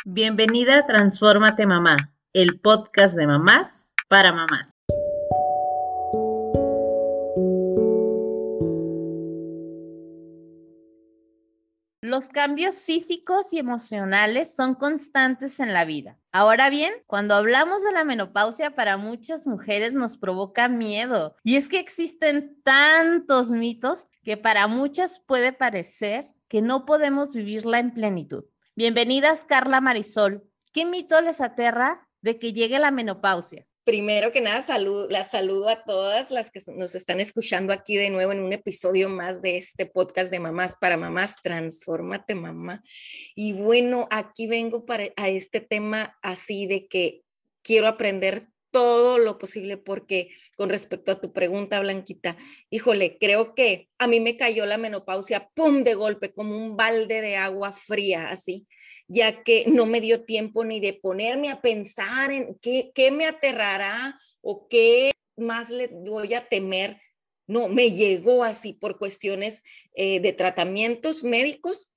Bienvenida a Transfórmate Mamá, el podcast de mamás para mamás. Los cambios físicos y emocionales son constantes en la vida. Ahora bien, cuando hablamos de la menopausia, para muchas mujeres nos provoca miedo. Y es que existen tantos mitos que para muchas puede parecer que no podemos vivirla en plenitud. Bienvenidas, Carla, Marisol. ¿Qué mito les aterra de que llegue la menopausia? Primero que nada, las saludo a todas las que nos están escuchando aquí de nuevo en un episodio más de este podcast de Mamás para Mamás, Transfórmate Mamá. Y bueno, aquí vengo a este tema así de que quiero aprender todo lo posible porque con respecto a tu pregunta, Blanquita, híjole, creo que a mí me cayó la menopausia, ¡pum!, de golpe, como un balde de agua fría, así, ya que no me dio tiempo ni de ponerme a pensar en qué me aterrará o qué más le voy a temer. No, me llegó así por cuestiones de tratamientos médicos.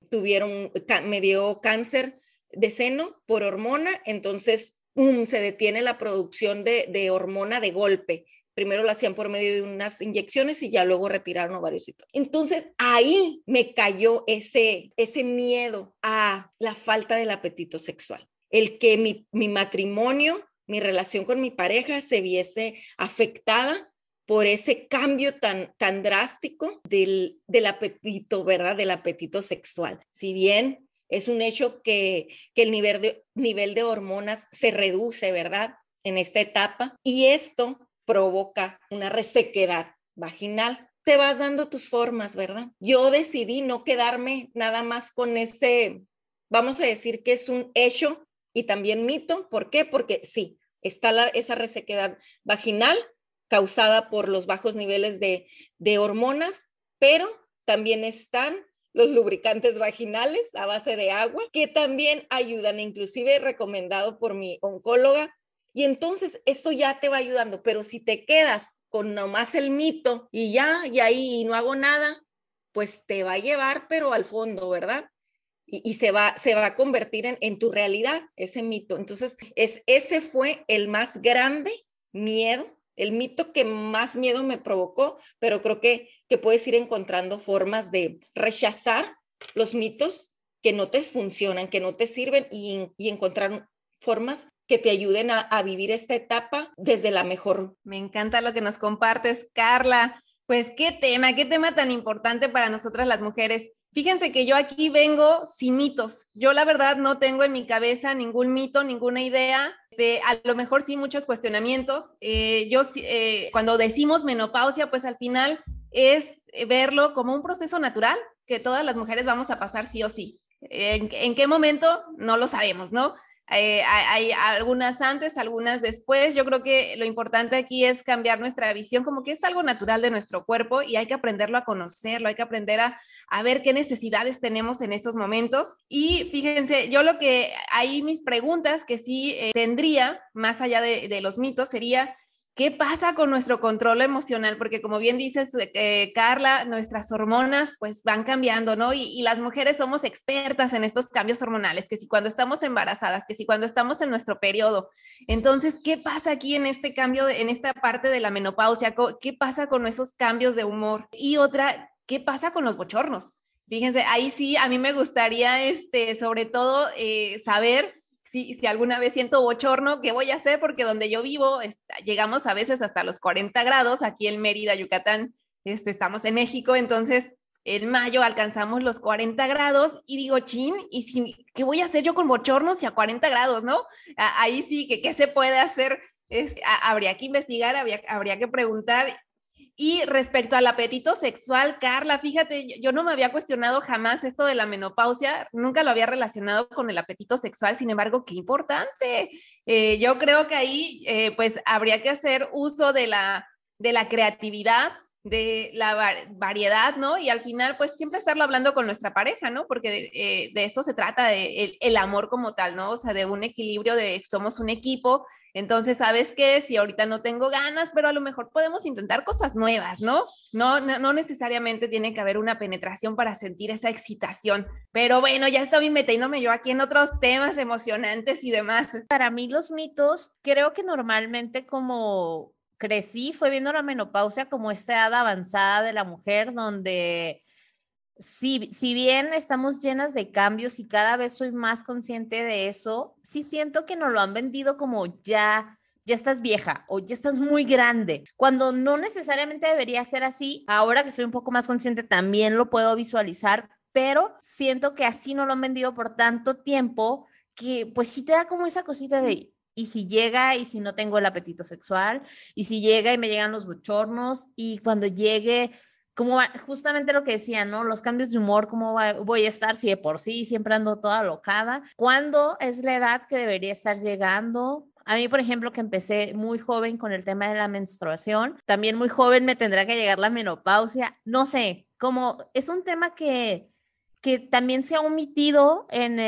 Me dio cáncer de seno por hormona, entonces, ¡pum!, se detiene la producción de hormona de golpe. Primero lo hacían por medio de unas inyecciones y ya luego retiraron ovarios y todo. Entonces ahí me cayó ese miedo a la falta del apetito sexual. El que mi matrimonio, mi relación con mi pareja se viese afectada por ese cambio tan drástico del apetito, ¿verdad? Del apetito sexual. Si bien es un hecho que el nivel de hormonas se reduce, ¿verdad?, en esta etapa, y esto provoca una resequedad vaginal. Te vas dando tus formas, ¿verdad? Yo decidí no quedarme nada más con ese, vamos a decir que es un hecho y también mito. ¿Por qué? Porque sí, está esa resequedad vaginal causada por los bajos niveles de hormonas, pero también están los lubricantes vaginales a base de agua, que también ayudan, inclusive recomendado por mi oncóloga. Y entonces esto ya te va ayudando, pero si te quedas con nomás el mito y ahí no hago nada, pues te va a llevar, pero al fondo, ¿verdad? Y se va a convertir en tu realidad, ese mito. Entonces, ese fue el más grande miedo, el mito que más miedo me provocó, pero creo que puedes ir encontrando formas de rechazar los mitos que no te funcionan, que no te sirven y encontrar formas que te ayuden a vivir esta etapa desde la mejor. Me encanta lo que nos compartes, Carla. Pues qué tema tan importante para nosotras las mujeres. Fíjense que yo aquí vengo sin mitos. Yo la verdad no tengo en mi cabeza ningún mito, ninguna idea. A lo mejor sí muchos cuestionamientos. Cuando decimos menopausia, pues al final es verlo como un proceso natural que todas las mujeres vamos a pasar sí o sí. ¿En qué momento? No lo sabemos, ¿no? Hay algunas antes, algunas después. Yo creo que lo importante aquí es cambiar nuestra visión, como que es algo natural de nuestro cuerpo y hay que aprenderlo a conocerlo, hay que aprender a ver qué necesidades tenemos en esos momentos. Y fíjense, yo ahí mis preguntas que sí tendría, más allá de los mitos, sería: ¿qué pasa con nuestro control emocional? Porque como bien dices, Carla, nuestras hormonas pues van cambiando, ¿no? Y las mujeres somos expertas en estos cambios hormonales, que si cuando estamos embarazadas, que si cuando estamos en nuestro periodo. Entonces, ¿qué pasa aquí en este cambio, en esta parte de la menopausia? ¿Qué pasa con esos cambios de humor? Y otra, ¿qué pasa con los bochornos? Fíjense, ahí sí, a mí me gustaría, sobre todo, saber si alguna vez siento bochorno, ¿qué voy a hacer? Porque donde yo vivo, llegamos a veces hasta los 40 grados, aquí en Mérida, Yucatán, estamos en México, entonces en mayo alcanzamos los 40 grados y digo, chin, ¿qué voy a hacer yo con bochornos y a 40 grados, no? Ahí sí, ¿qué se puede hacer? Habría que investigar, habría que preguntar. Y respecto al apetito sexual, Carla, fíjate, yo no me había cuestionado jamás esto de la menopausia, nunca lo había relacionado con el apetito sexual, sin embargo, qué importante. Yo creo que ahí pues habría que hacer uso de la creatividad de la variedad, ¿no? Y al final, pues siempre estarlo hablando con nuestra pareja, ¿no? Porque de esto se trata, de el amor como tal, ¿no? O sea, de un equilibrio, de somos un equipo. Entonces, ¿sabes qué? Si ahorita no tengo ganas, pero a lo mejor podemos intentar cosas nuevas, ¿no? No necesariamente tiene que haber una penetración para sentir esa excitación. Pero bueno, ya estoy metiéndome yo aquí en otros temas emocionantes y demás. Para mí los mitos, creo que normalmente como crecí fue viendo la menopausia como esta edad avanzada de la mujer donde si bien estamos llenas de cambios y cada vez soy más consciente de eso, sí siento que nos lo han vendido como ya estás vieja o ya estás muy grande, cuando no necesariamente debería ser así. Ahora que soy un poco más consciente también lo puedo visualizar, pero siento que así no lo han vendido por tanto tiempo que pues sí te da como esa cosita de, y si llega y si no tengo el apetito sexual, y si llega y me llegan los bochornos, y cuando llegue, como justamente lo que decía, ¿no? Los cambios de humor, ¿cómo voy a estar si de por sí siempre ando toda locada? ¿Cuándo es la edad que debería estar llegando? A mí, por ejemplo, que empecé muy joven con el tema de la menstruación, también muy joven me tendrá que llegar la menopausia, no sé, como es un tema que también se ha omitido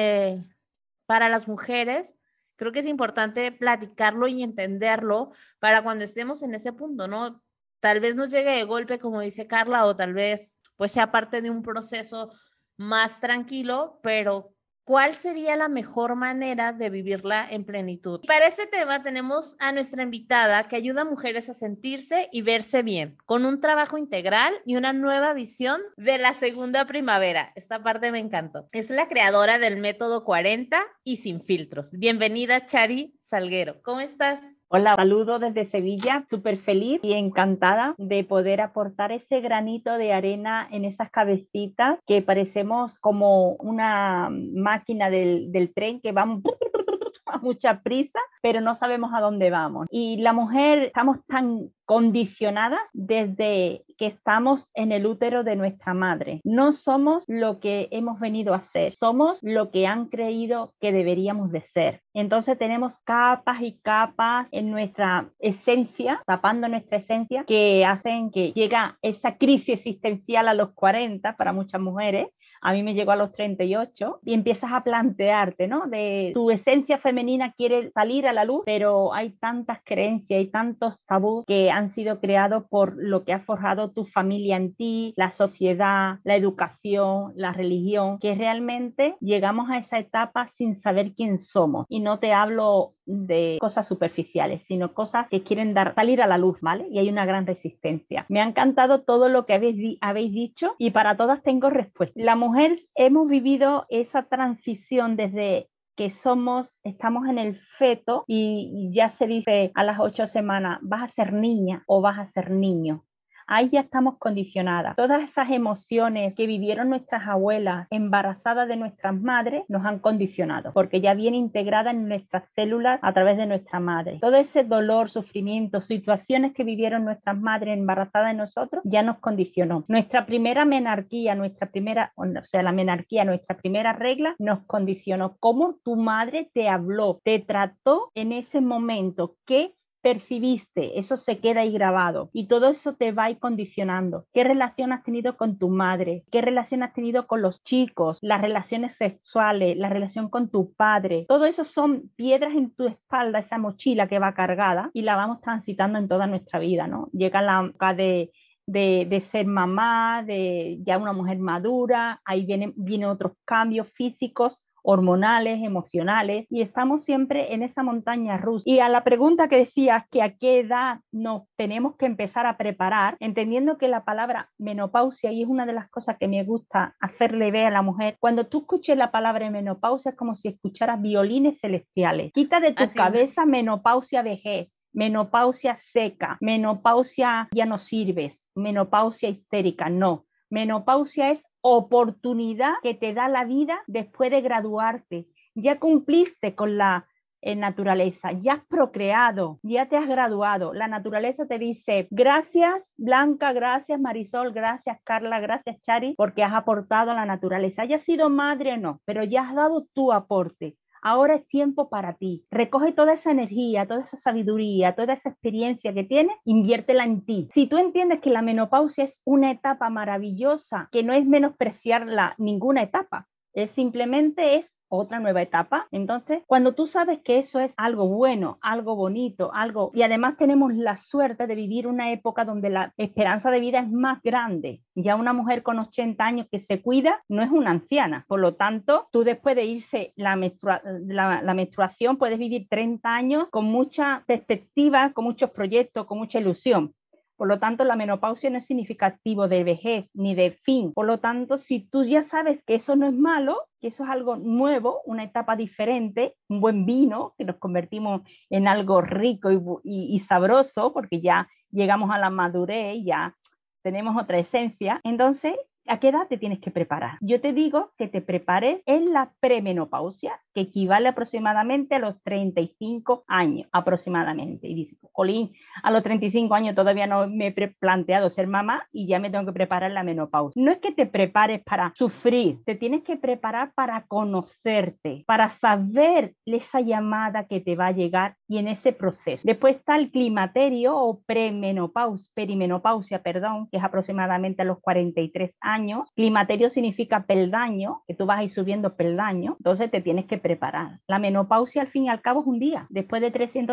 para las mujeres. Creo que es importante platicarlo y entenderlo para cuando estemos en ese punto, ¿no? Tal vez nos llegue de golpe, como dice Carla, o tal vez pues sea parte de un proceso más tranquilo, pero ¿cuál sería la mejor manera de vivirla en plenitud? Y para este tema tenemos a nuestra invitada que ayuda a mujeres a sentirse y verse bien, con un trabajo integral y una nueva visión de la segunda primavera. Esta parte me encantó. Es la creadora del método 40 y sin filtros. Bienvenida, Chari Salguero. ¿Cómo estás? Hola, saludo desde Sevilla, súper feliz y encantada de poder aportar ese granito de arena en esas cabecitas que parecemos como una máquina del tren que vamos a mucha prisa, pero no sabemos a dónde vamos. Y la mujer estamos tan condicionadas desde que estamos en el útero de nuestra madre. No somos lo que hemos venido a ser, somos lo que han creído que deberíamos de ser. Entonces tenemos capas y capas en nuestra esencia, tapando nuestra esencia, que hacen que llega esa crisis existencial a los 40 para muchas mujeres. A mí me llegó a los 38 y empiezas a plantearte, ¿no? De tu esencia femenina quiere salir a la luz, pero hay tantas creencias y tantos tabús que han sido creados por lo que ha forjado tu familia en ti, la sociedad, la educación, la religión, que realmente llegamos a esa etapa sin saber quién somos. Y no te hablo de cosas superficiales, sino cosas que quieren salir a la luz, ¿vale? Y hay una gran resistencia. Me ha encantado todo lo que habéis dicho y para todas tengo respuesta. La mujer hemos vivido esa transición desde que estamos en el feto y ya se dice a las 8 semanas, vas a ser niña o vas a ser niño. Ahí ya estamos condicionadas. Todas esas emociones que vivieron nuestras abuelas embarazadas de nuestras madres nos han condicionado, porque ya viene integrada en nuestras células a través de nuestra madre. Todo ese dolor, sufrimiento, situaciones que vivieron nuestras madres embarazadas de nosotros ya nos condicionó. Nuestra primera menarquía, nuestra primera regla nos condicionó. Cómo tu madre te habló, te trató en ese momento, que percibiste, eso se queda ahí grabado y todo eso te va a ir condicionando. ¿Qué relación has tenido con tu madre? ¿Qué relación has tenido con los chicos? Las relaciones sexuales, la relación con tu padre. Todo eso son piedras en tu espalda, esa mochila que va cargada y la vamos transitando en toda nuestra vida, ¿no? Llega la época de ser mamá, de ya una mujer madura, ahí vienen otros cambios físicos, hormonales, emocionales, y estamos siempre en esa montaña rusa. Y a la pregunta que decías, que a qué edad nos tenemos que empezar a preparar, entendiendo que la palabra menopausia, y es una de las cosas que me gusta hacerle ver a la mujer, cuando tú escuches la palabra menopausia es como si escucharas violines celestiales. Quita de tu cabeza menopausia vejez, menopausia seca, menopausia ya no sirves, menopausia histérica, no. Menopausia es oportunidad que te da la vida después de graduarte. Ya cumpliste con la naturaleza, ya has procreado, ya te has graduado. La naturaleza te dice, gracias Blanca, gracias Marisol, gracias Carla, gracias Chari, porque has aportado a la naturaleza. Hayas sido madre o no, pero ya has dado tu aporte. ahora es tiempo para ti. Recoge toda esa energía, toda esa sabiduría, toda esa experiencia que tienes, inviértela en ti. Si tú entiendes que la menopausia es una etapa maravillosa, que no es menospreciarla ninguna etapa, simplemente es otra nueva etapa. Entonces, cuando tú sabes que eso es algo bueno, algo bonito, algo, y además tenemos la suerte de vivir una época donde la esperanza de vida es más grande. Ya una mujer con 80 años que se cuida no es una anciana. Por lo tanto, tú después de irse la menstruación puedes vivir 30 años con mucha perspectiva, con muchos proyectos, con mucha ilusión. Por lo tanto, la menopausia no es significativo de vejez ni de fin. Por lo tanto, si tú ya sabes que eso no es malo, que eso es algo nuevo, una etapa diferente, un buen vino, que nos convertimos en algo rico y sabroso, porque ya llegamos a la madurez y ya tenemos otra esencia, entonces, ¿a qué edad te tienes que preparar? Yo te digo que te prepares en la premenopausia, que equivale aproximadamente a los 35 años, aproximadamente. Y dices, Colín, a los 35 años todavía no me he planteado ser mamá y ya me tengo que preparar la menopausia. No es que te prepares para sufrir, te tienes que preparar para conocerte, para saber esa llamada que te va a llegar y en ese proceso. Después está el climaterio o perimenopausia, perdón, que es aproximadamente a los 43 años. Climaterio significa peldaño, que tú vas a ir subiendo peldaño, entonces te tienes que preparar. La menopausia al fin y al cabo es un día. Después de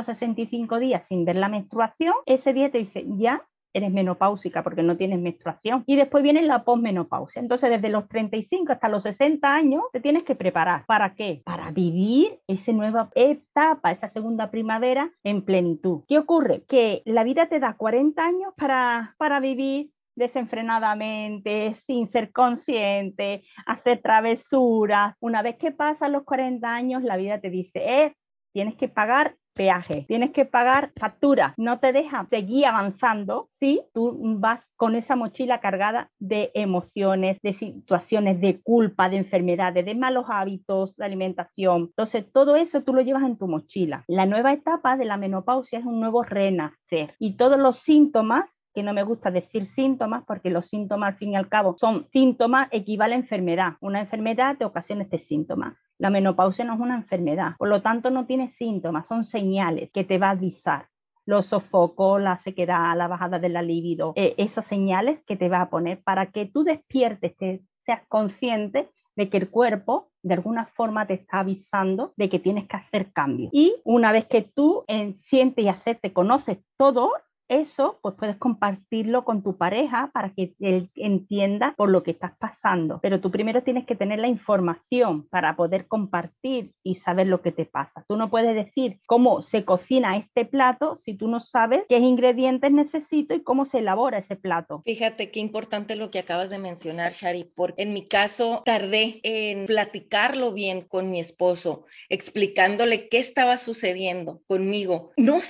365 días sin ver la menstruación, ese día te dice, ya eres menopáusica porque no tienes menstruación. Y después viene la posmenopausia. Entonces, desde los 35 hasta los 60 años, te tienes que preparar. ¿Para qué? Para vivir esa nueva etapa, esa segunda primavera en plenitud. ¿Qué ocurre? Que la vida te da 40 años para vivir desenfrenadamente, sin ser consciente, hacer travesuras. Una vez que pasan los 40 años, la vida te dice, tienes que pagar peaje, tienes que pagar facturas, no te deja seguir avanzando si tú vas con esa mochila cargada de emociones, de situaciones de culpa, de enfermedades, de malos hábitos, de alimentación. Entonces, todo eso tú lo llevas en tu mochila. La nueva etapa de la menopausia es un nuevo renacer y todos los síntomas, que no me gusta decir síntomas porque los síntomas al fin y al cabo son síntomas, equivale a enfermedad. Una enfermedad te ocasiona este síntoma. La menopausia no es una enfermedad, por lo tanto no tiene síntomas, son señales que te va a avisar. Los sofocos, la sequedad, la bajada de la libido, esas señales que te va a poner para que tú despiertes, que seas consciente de que el cuerpo de alguna forma te está avisando de que tienes que hacer cambios. Y una vez que tú sientes y aceptes, conoces todo eso, pues puedes compartirlo con tu pareja para que él entienda por lo que estás pasando. Pero tú primero tienes que tener la información para poder compartir y saber lo que te pasa. Tú no puedes decir cómo se cocina este plato si tú no sabes qué ingredientes necesito y cómo se elabora ese plato. Fíjate qué importante lo que acabas de mencionar, Shari, porque en mi caso tardé en platicarlo bien con mi esposo, explicándole qué estaba sucediendo conmigo. No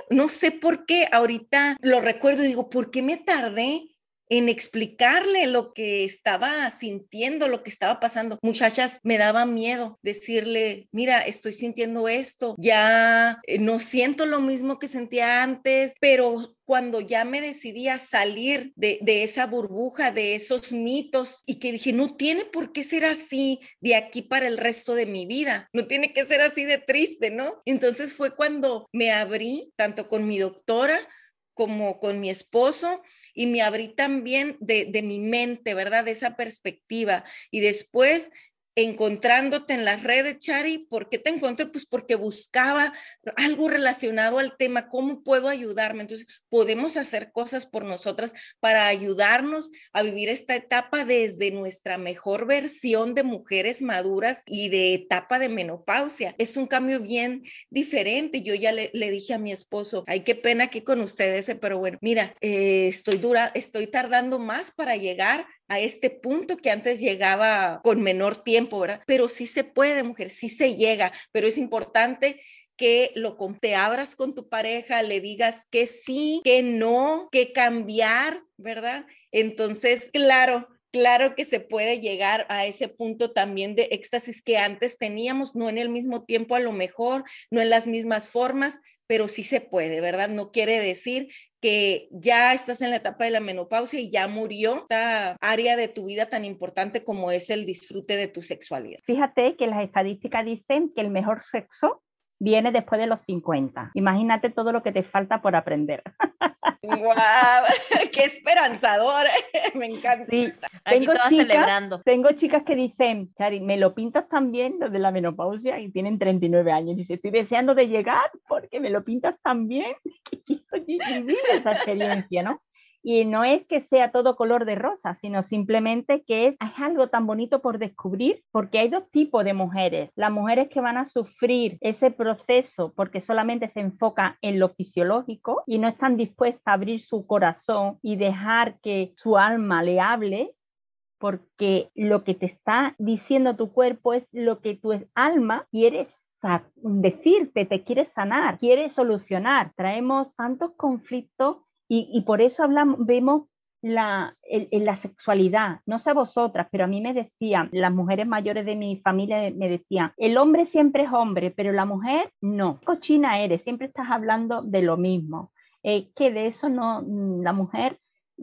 sé por qué ahorita lo recuerdo y digo, ¿por qué me tardé en explicarle lo que estaba sintiendo, lo que estaba pasando? Muchachas, me daba miedo decirle, mira, estoy sintiendo esto, ya no siento lo mismo que sentía antes, pero cuando ya me decidí a salir de esa burbuja, de esos mitos, y que dije, no tiene por qué ser así de aquí para el resto de mi vida, no tiene que ser así de triste, ¿no? Entonces fue cuando me abrí, tanto con mi doctora como con mi esposo, y me abrí también de mi mente, ¿verdad? De esa perspectiva. Y después, encontrándote en las redes, Shari, ¿por qué te encontré? Pues porque buscaba algo relacionado al tema, ¿cómo puedo ayudarme? Entonces, podemos hacer cosas por nosotras para ayudarnos a vivir esta etapa desde nuestra mejor versión de mujeres maduras y de etapa de menopausia. Es un cambio bien diferente. Yo ya le dije a mi esposo, ay, qué pena aquí con ustedes, pero bueno, mira, estoy tardando más para llegar a este punto que antes llegaba con menor tiempo, ¿verdad? Pero sí se puede, mujer, sí se llega, pero es importante que te abras con tu pareja, le digas que sí, que no, que cambiar, ¿verdad? Entonces, claro, Claro que se puede llegar a ese punto también de éxtasis que antes teníamos, no en el mismo tiempo a lo mejor, no en las mismas formas, pero sí se puede, ¿verdad? No quiere decir que ya estás en la etapa de la menopausia y ya murió esta área de tu vida tan importante como es el disfrute de tu sexualidad. Fíjate que las estadísticas dicen que el mejor sexo viene después de los 50. Imagínate todo lo que te falta por aprender. ¡Wow! ¡Qué esperanzador! Me encanta. Sí, aquí todas celebrando. Tengo chicas que dicen, Chari, ¿me lo pintas también lo de la menopausia? Y tienen 39 años. Dice, estoy deseando de llegar porque me lo pintas también. Que quiero vivir esa experiencia, ¿no? Y no es que sea todo color de rosa, sino simplemente que es algo tan bonito por descubrir, porque hay dos tipos de mujeres. Las mujeres que van a sufrir ese proceso porque solamente se enfocan en lo fisiológico y no están dispuestas a abrir su corazón y dejar que su alma le hable, porque lo que te está diciendo tu cuerpo es lo que tu alma quiere decirte, te quiere sanar, quiere solucionar. Traemos tantos conflictos y por eso vemos la sexualidad. No sé vosotras, pero a mí me decían, las mujeres mayores de mi familia me decían, el hombre siempre es hombre, pero la mujer no. Cochina eres, siempre estás hablando de lo mismo. Que de eso no, la mujer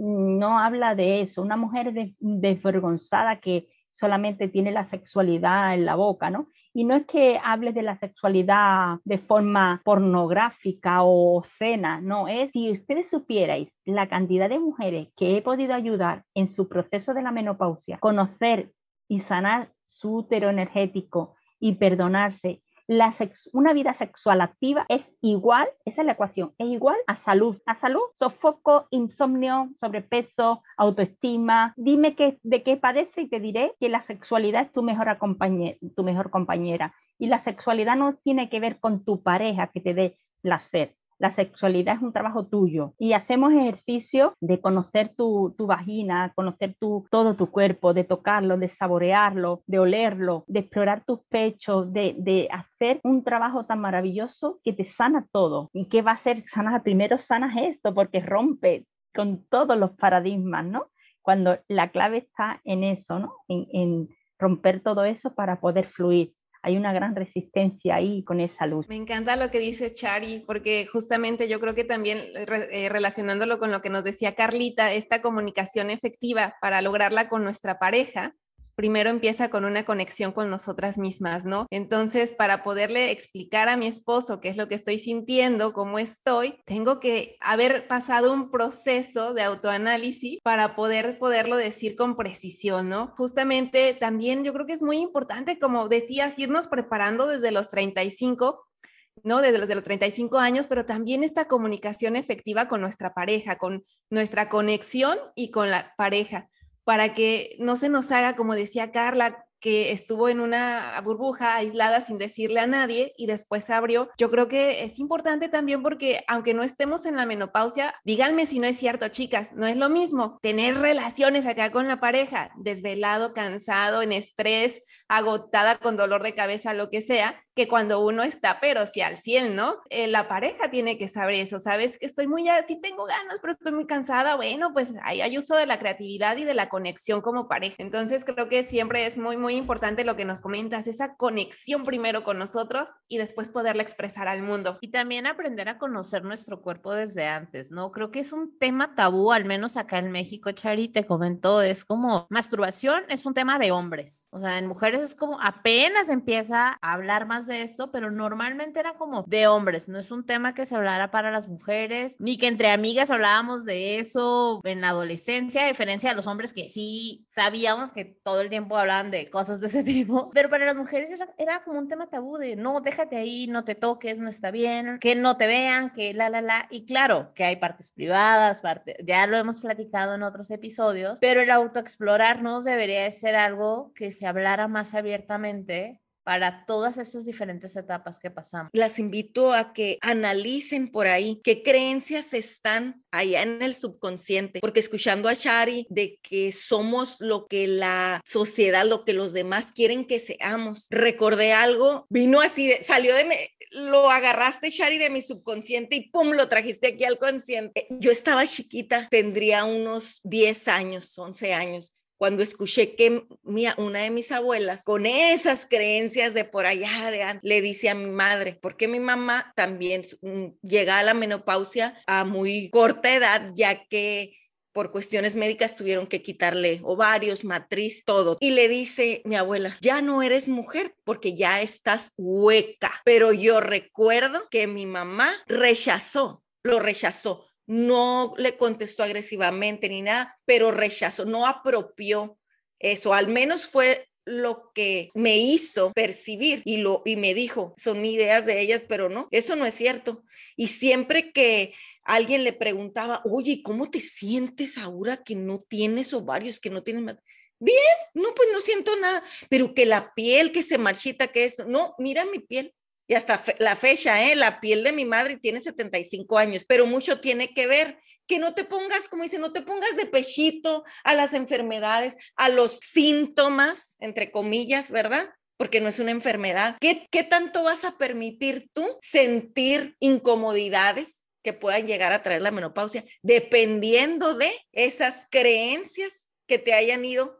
no habla de eso. Una mujer desvergonzada que solamente tiene la sexualidad en la boca, ¿no? Y no es que hables de la sexualidad de forma pornográfica o obscena, no, es si ustedes supierais la cantidad de mujeres que he podido ayudar en su proceso de la menopausia, conocer y sanar su útero energético y perdonarse. Una vida sexual activa es igual, esa es la ecuación, es igual a salud. A salud, sofoco, insomnio, sobrepeso, autoestima. Dime de qué padeces y te diré que la sexualidad es tu mejor compañera. Y la sexualidad no tiene que ver con tu pareja que te dé placer. La sexualidad es un trabajo tuyo y hacemos ejercicio de conocer tu vagina, conocer todo tu cuerpo, de tocarlo, de saborearlo, de olerlo, de explorar tus pechos, de hacer un trabajo tan maravilloso que te sana todo. ¿Y qué va a ser sanar? Primero sanas esto porque rompe con todos los paradigmas, ¿no? Cuando la clave está en eso, ¿no? En romper todo eso para poder fluir. Hay una gran resistencia ahí con esa luz. Me encanta lo que dice Chari, porque justamente yo creo que también relacionándolo con lo que nos decía Carlita, esta comunicación efectiva para lograrla con nuestra pareja, primero empieza con una conexión con nosotras mismas, ¿no? Entonces, para poderle explicar a mi esposo qué es lo que estoy sintiendo, cómo estoy, tengo que haber pasado un proceso de autoanálisis para poderlo decir con precisión, ¿no? Justamente también yo creo que es muy importante, como decías, irnos preparando desde los 35, ¿no? Desde los 35 años, pero también esta comunicación efectiva con nuestra pareja, con nuestra conexión y con la pareja, para que no se nos haga, como decía Carla, que estuvo en una burbuja aislada sin decirle a nadie y después se abrió. Yo creo que es importante también porque aunque no estemos en la menopausia, díganme si no es cierto, chicas, no es lo mismo tener relaciones acá con la pareja, desvelado, cansado, en estrés, agotada, con dolor de cabeza, lo que sea, que cuando uno está, pero sí al 100, ¿no? La pareja tiene que saber eso, ¿sabes? Que estoy sí tengo ganas, pero estoy muy cansada. Bueno, pues ahí hay uso de la creatividad y de la conexión como pareja. Entonces creo que siempre es muy, muy importante lo que nos comentas, esa conexión primero con nosotros y después poderla expresar al mundo. Y también aprender a conocer nuestro cuerpo desde antes, ¿no? Creo que es un tema tabú, al menos acá en México. Chari te comentó, es como masturbación es un tema de hombres, o sea, en mujeres es como apenas empieza a hablar más de esto, pero normalmente era como de hombres, no es un tema que se hablara para las mujeres, ni que entre amigas hablábamos de eso en la adolescencia, a diferencia de los hombres que sí sabíamos que todo el tiempo hablaban de cosas de ese tipo, pero para las mujeres era como un tema tabú de no, déjate ahí, no te toques, no está bien, que no te vean, que y claro, que hay partes privadas, ya lo hemos platicado en otros episodios, pero el autoexplorarnos debería de ser algo que se hablara más abiertamente para todas estas diferentes etapas que pasamos. Las invito a que analicen por ahí qué creencias están allá en el subconsciente, porque escuchando a Chari de que somos lo que la sociedad, lo que los demás quieren que seamos, recordé algo, vino así, lo agarraste, Chari, de mi subconsciente y pum, lo trajiste aquí al consciente. Yo estaba chiquita, tendría unos 10 años, 11 años, cuando escuché que una de mis abuelas, con esas creencias de por allá, le dice a mi madre, porque mi mamá también llega a la menopausia a muy corta edad, ya que por cuestiones médicas tuvieron que quitarle ovarios, matriz, todo. Y le dice mi abuela, ya no eres mujer porque ya estás hueca. Pero yo recuerdo que mi mamá lo rechazó. No le contestó agresivamente ni nada, pero rechazó, no apropió eso. Al menos fue lo que me hizo percibir y me dijo, son ideas de ellas, pero no, eso no es cierto. Y siempre que alguien le preguntaba, oye, ¿cómo te sientes ahora que no tienes ovarios, que no tienes... Bien, no, pues no siento nada, pero que la piel que se marchita, que esto, no, mira mi piel. Y hasta la fecha, la piel de mi madre tiene 75 años, pero mucho tiene que ver que no te pongas, como dice, no te pongas de pechito a las enfermedades, a los síntomas, entre comillas, ¿verdad? Porque no es una enfermedad. ¿Qué tanto vas a permitir tú sentir incomodidades que puedan llegar a traer la menopausia, dependiendo de esas creencias que te hayan ido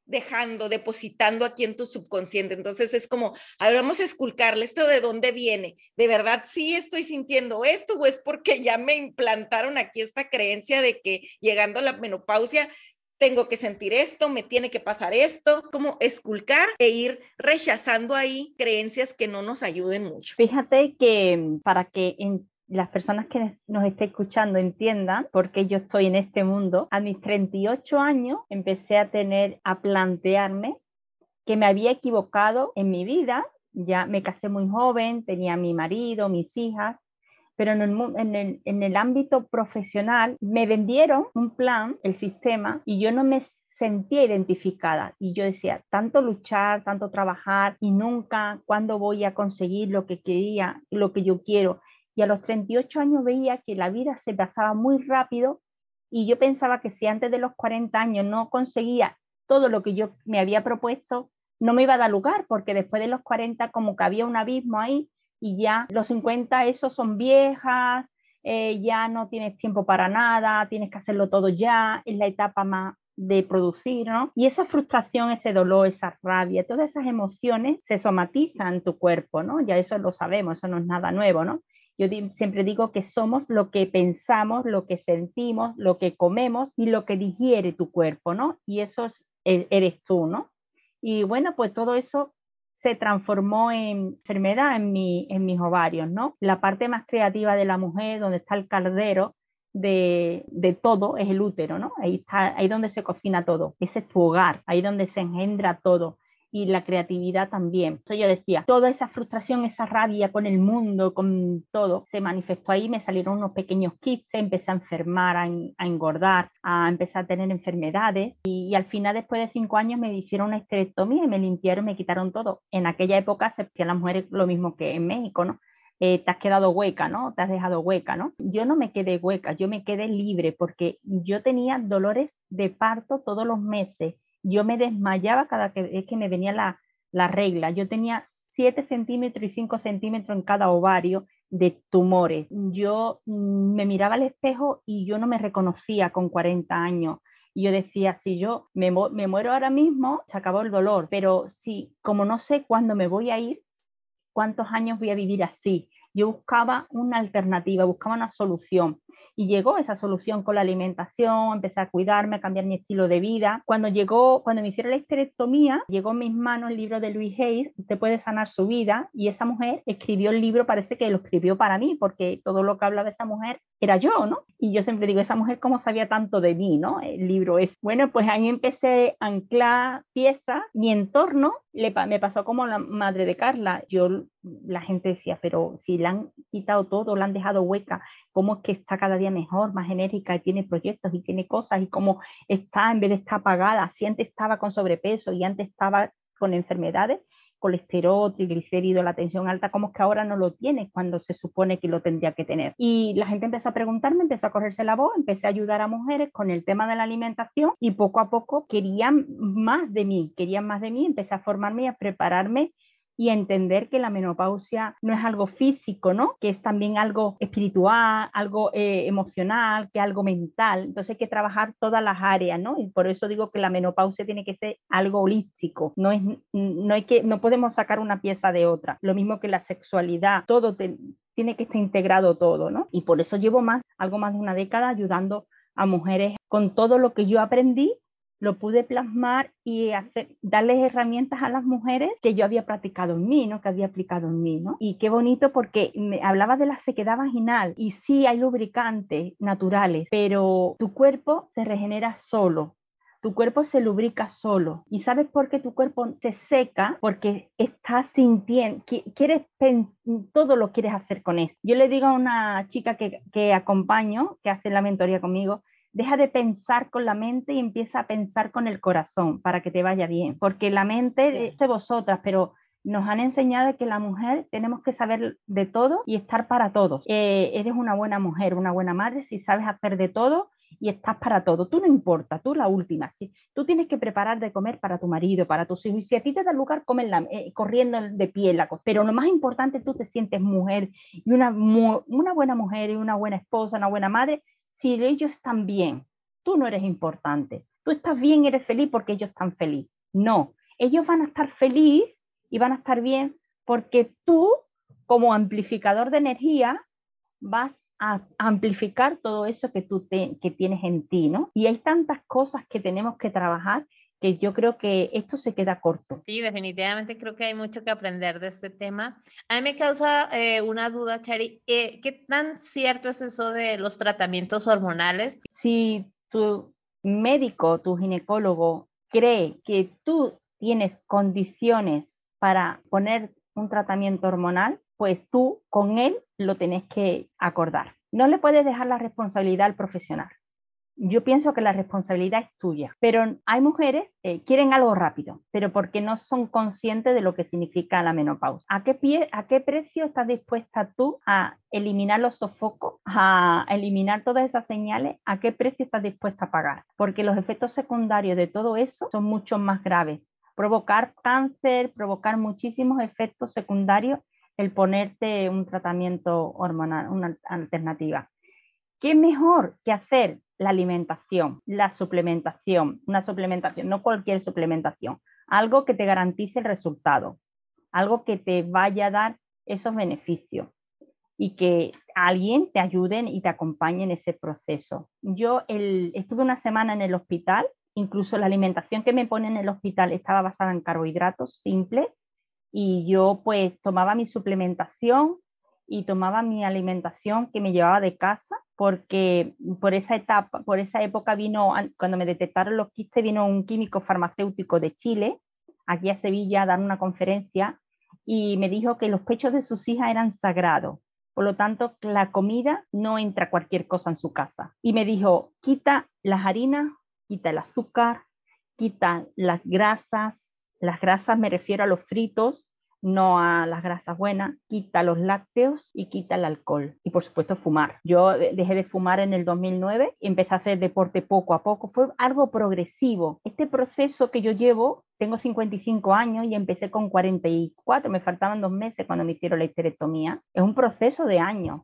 depositando aquí en tu subconsciente? Entonces es como, a ver, vamos a esculcarle esto, de dónde viene. ¿De verdad sí estoy sintiendo esto o es porque ya me implantaron aquí esta creencia de que llegando a la menopausia tengo que sentir esto, me tiene que pasar esto? Como esculcar e ir rechazando ahí creencias que no nos ayuden mucho. Fíjate que para que las personas que nos estén escuchando entiendan por qué yo estoy en este mundo, a mis 38 años empecé a plantearme que me había equivocado en mi vida. Ya me casé muy joven, tenía mi marido, mis hijas, pero en el ámbito profesional me vendieron un plan, el sistema, y yo no me sentía identificada. Y yo decía, tanto luchar, tanto trabajar, y nunca, ¿cuándo voy a conseguir lo que quería, lo que yo quiero? Y a los 38 años veía que la vida se pasaba muy rápido y yo pensaba que si antes de los 40 años no conseguía todo lo que yo me había propuesto, no me iba a dar lugar, porque después de los 40 como que había un abismo ahí y ya los 50 esos son viejas, ya no tienes tiempo para nada, tienes que hacerlo todo ya, es la etapa más de producir, ¿no? Y esa frustración, ese dolor, esa rabia, todas esas emociones se somatizan en tu cuerpo, ¿no? Ya eso lo sabemos, eso no es nada nuevo, ¿no? Yo siempre digo que somos lo que pensamos, lo que sentimos, lo que comemos y lo que digiere tu cuerpo, ¿no? Y eso eres tú, ¿no? Y bueno, pues todo eso se transformó en enfermedad en mis ovarios, ¿no? La parte más creativa de la mujer, donde está el caldero de todo, es el útero, ¿no? Ahí está, ahí donde se cocina todo. Ese es tu hogar, ahí donde se engendra todo. Y la creatividad también. Entonces yo decía, toda esa frustración, esa rabia con el mundo, con todo, se manifestó ahí, me salieron unos pequeños quistes, empecé a enfermar, a engordar, a empezar a tener enfermedades y al final, después de 5 años, me hicieron una esterectomía y me limpiaron, me quitaron todo. En aquella época se hacían las mujeres lo mismo que en México, ¿no? Te has quedado hueca, ¿no? Te has dejado hueca, ¿no? Yo no me quedé hueca, yo me quedé libre porque yo tenía dolores de parto todos los meses. Yo me desmayaba cada vez que me venía la regla. Yo tenía 7 centímetros y 5 centímetros en cada ovario de tumores. Yo me miraba al espejo y yo no me reconocía con 40 años. Y yo decía, si yo me muero ahora mismo, se acabó el dolor. Pero si, como no sé cuándo me voy a ir, cuántos años voy a vivir así. Yo buscaba una alternativa, buscaba una solución y llegó esa solución con la alimentación, empecé a cuidarme, a cambiar mi estilo de vida. Cuando me hicieron la histerectomía, llegó en mis manos el libro de Louise Hay, Usted puede sanar su vida, y esa mujer escribió el libro, parece que lo escribió para mí, porque todo lo que hablaba esa mujer era yo, ¿no? Y yo siempre digo, esa mujer cómo sabía tanto de mí, ¿no? El libro es. Bueno, pues ahí empecé a anclar piezas, mi entorno me pasó como la madre de Carla. La gente decía, pero si le han quitado todo, la han dejado hueca, ¿cómo es que está cada día mejor, más enérgica y tiene proyectos y tiene cosas? Y cómo está, en vez de estar apagada, si antes estaba con sobrepeso y antes estaba con enfermedades, colesterol, triglicéridos, la tensión alta, ¿cómo es que ahora no lo tiene cuando se supone que lo tendría que tener? Y la gente empezó a preguntarme, empezó a correrse la voz, empecé a ayudar a mujeres con el tema de la alimentación y poco a poco querían más de mí, empecé a formarme y a prepararme y entender que la menopausia no es algo físico, ¿no? Que es también algo espiritual, algo emocional, que algo mental. Entonces hay que trabajar todas las áreas, ¿no? Y por eso digo que la menopausia tiene que ser algo holístico. No podemos sacar una pieza de otra. Lo mismo que la sexualidad, tiene que estar integrado todo, ¿no? Y por eso llevo algo más de una década ayudando a mujeres con todo lo que yo aprendí. Lo pude plasmar y darles herramientas a las mujeres que yo había practicado en mí, ¿no? Que había aplicado en mí, ¿no? Y qué bonito porque me hablaba de la sequedad vaginal y sí hay lubricantes naturales, pero tu cuerpo se regenera solo. Tu cuerpo se lubrica solo. ¿Y sabes por qué tu cuerpo se seca? Porque estás sintiendo, todo lo quieres hacer con eso. Yo le digo a una chica que acompaño, que hace la mentoría conmigo, deja de pensar con la mente y empieza a pensar con el corazón para que te vaya bien. Porque la mente, es de vosotras, pero nos han enseñado que la mujer tenemos que saber de todo y estar para todos. Eres una buena mujer, una buena madre si sabes hacer de todo y estás para todo. Tú no importa, tú la última. ¿Sí? Tú tienes que preparar de comer para tu marido, para tus hijos. Y si a ti te da lugar, comen corriendo de pie la cosa. Pero lo más importante, tú te sientes mujer y una buena mujer y una buena esposa, una buena madre. Si ellos están bien, tú no eres importante. Tú estás bien, eres feliz porque ellos están felices. No, ellos van a estar felices y van a estar bien porque tú, como amplificador de energía, vas a amplificar todo eso que tienes en ti, ¿no? Y hay tantas cosas que tenemos que trabajar que yo creo que esto se queda corto. Sí, definitivamente creo que hay mucho que aprender de este tema. A mí me causa una duda, Chari, ¿qué tan cierto es eso de los tratamientos hormonales? Si tu médico, tu ginecólogo cree que tú tienes condiciones para poner un tratamiento hormonal, pues tú con él lo tenés que acordar. No le puedes dejar la responsabilidad al profesional. Yo pienso que la responsabilidad es tuya, pero hay mujeres que quieren algo rápido, pero porque no son conscientes de lo que significa la menopausia. ¿A qué precio estás dispuesta tú a eliminar los sofocos, a eliminar todas esas señales? ¿A qué precio estás dispuesta a pagar? Porque los efectos secundarios de todo eso son mucho más graves. Provocar cáncer, provocar muchísimos efectos secundarios el ponerte un tratamiento hormonal, una alternativa. ¿Qué mejor que hacer la alimentación, la suplementación? Una suplementación, no cualquier suplementación, algo que te garantice el resultado, algo que te vaya a dar esos beneficios y que alguien te ayude y te acompañe en ese proceso. Yo estuve una semana en el hospital, incluso la alimentación que me ponen en el hospital estaba basada en carbohidratos simples y yo pues tomaba mi suplementación y tomaba mi alimentación que me llevaba de casa, porque por esa época vino, cuando me detectaron los quistes, vino un químico farmacéutico de Chile, aquí a Sevilla, a dar una conferencia, y me dijo que los pechos de sus hijas eran sagrados. Por lo tanto, la comida no entra cualquier cosa en su casa. Y me dijo, quita las harinas, quita el azúcar, quita las grasas me refiero a los fritos, no a las grasas buenas, quita los lácteos y quita el alcohol. Y por supuesto fumar. Yo dejé de fumar en el 2009 y empecé a hacer deporte poco a poco. Fue algo progresivo. Este proceso que yo llevo, tengo 55 años y empecé con 44, me faltaban 2 meses cuando me hicieron la histerectomía. Es un proceso de años,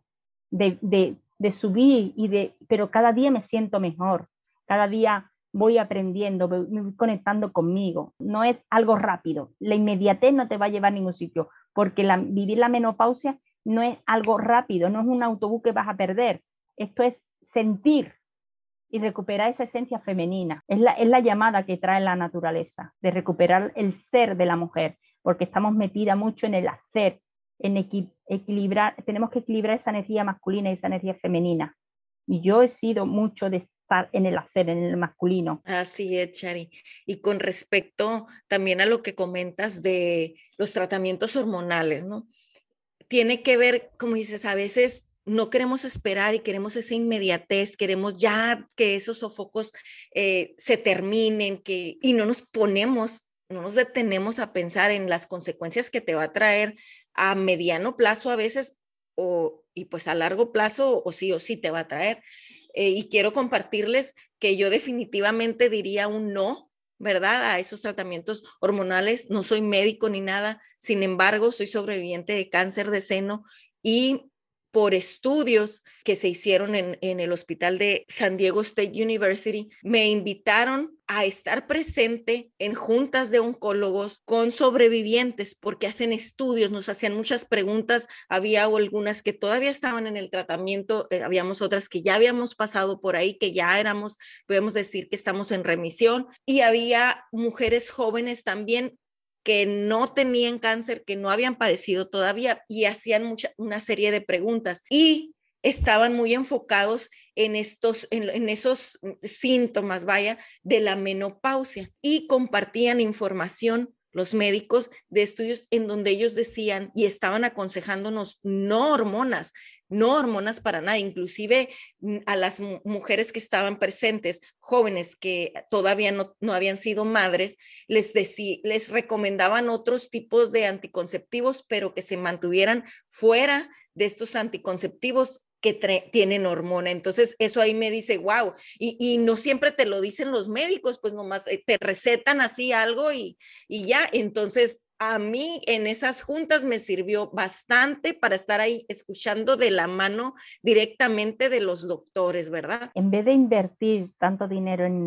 de subir, pero cada día me siento mejor. Cada día voy aprendiendo, me voy conectando conmigo. No es algo rápido. La inmediatez no te va a llevar a ningún sitio, porque vivir la menopausia no es algo rápido, no es un autobús que vas a perder. Esto es sentir y recuperar esa esencia femenina. Es la llamada que trae la naturaleza, de recuperar el ser de la mujer, porque estamos metidas mucho en el hacer, en equilibrar, tenemos que equilibrar esa energía masculina y esa energía femenina. Y yo he sido mucho de estar en el hacer, en el masculino. Así es, Chari. Y con respecto también a lo que comentas de los tratamientos hormonales, ¿no? Tiene que ver, como dices, a veces no queremos esperar y queremos esa inmediatez, queremos ya que esos sofocos se terminen, y no nos detenemos a pensar en las consecuencias que te va a traer a mediano plazo a veces, y pues a largo plazo o sí te va a traer. Y quiero compartirles que yo definitivamente diría un no ¿verdad? A esos tratamientos hormonales. No soy médico ni nada, sin embargo, soy sobreviviente de cáncer de seno y por estudios que se hicieron en el hospital de San Diego State University, me invitaron a estar presente en juntas de oncólogos con sobrevivientes porque hacen estudios, nos hacían muchas preguntas, había algunas que todavía estaban en el tratamiento, habíamos otras que ya habíamos pasado por ahí, que ya éramos, podemos decir que estamos en remisión, y había mujeres jóvenes también que no tenían cáncer, que no habían padecido todavía y hacían una serie de preguntas y estaban muy enfocados en esos síntomas, vaya, de la menopausia y compartían información los médicos de estudios en donde ellos decían y estaban aconsejándonos no hormonas para nada, inclusive a las mujeres que estaban presentes, jóvenes que todavía no habían sido madres, les recomendaban otros tipos de anticonceptivos, pero que se mantuvieran fuera de estos anticonceptivos que tienen hormona. Entonces, eso ahí me dice, wow, y no siempre te lo dicen los médicos, pues nomás te recetan así algo y ya. Entonces, a mí en esas juntas me sirvió bastante para estar ahí escuchando de la mano directamente de los doctores, ¿verdad? En vez de invertir tanto dinero en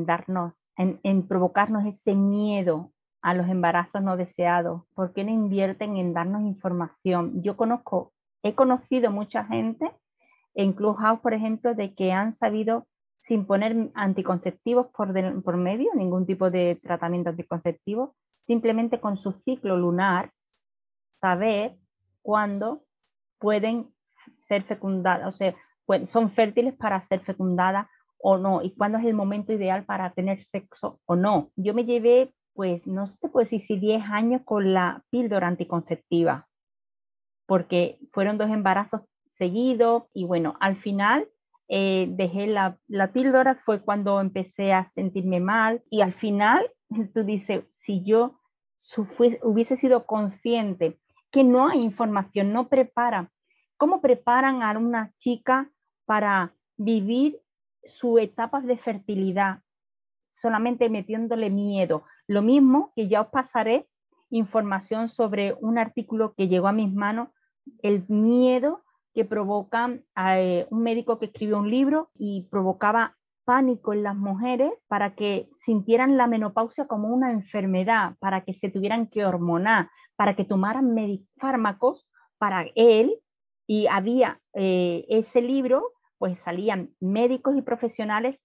en provocarnos ese miedo a los embarazos no deseados, ¿por qué no invierten en darnos información? He conocido mucha gente en Clubhouse, por ejemplo, de que han sabido, sin poner anticonceptivos por medio, ningún tipo de tratamiento anticonceptivo, simplemente con su ciclo lunar, saber cuándo pueden ser fecundadas, o sea, son fértiles para ser fecundadas o no, y cuándo es el momento ideal para tener sexo o no. Yo me llevé, pues, no sé, pues, si 10 años con la píldora anticonceptiva, porque fueron 2 embarazos seguidos y bueno, al final dejé la píldora, fue cuando empecé a sentirme mal y al final tú dices, si yo hubiese sido consciente que no hay información, no preparan. ¿Cómo preparan a una chica para vivir sus etapas de fertilidad? Solamente metiéndole miedo. Lo mismo que ya os pasaré información sobre un artículo que llegó a mis manos, el miedo que provoca un médico que escribió un libro y provocaba pánico en las mujeres para que sintieran la menopausia como una enfermedad, para que se tuvieran que hormonar, para que tomaran fármacos para él. Y había ese libro, pues salían médicos y profesionales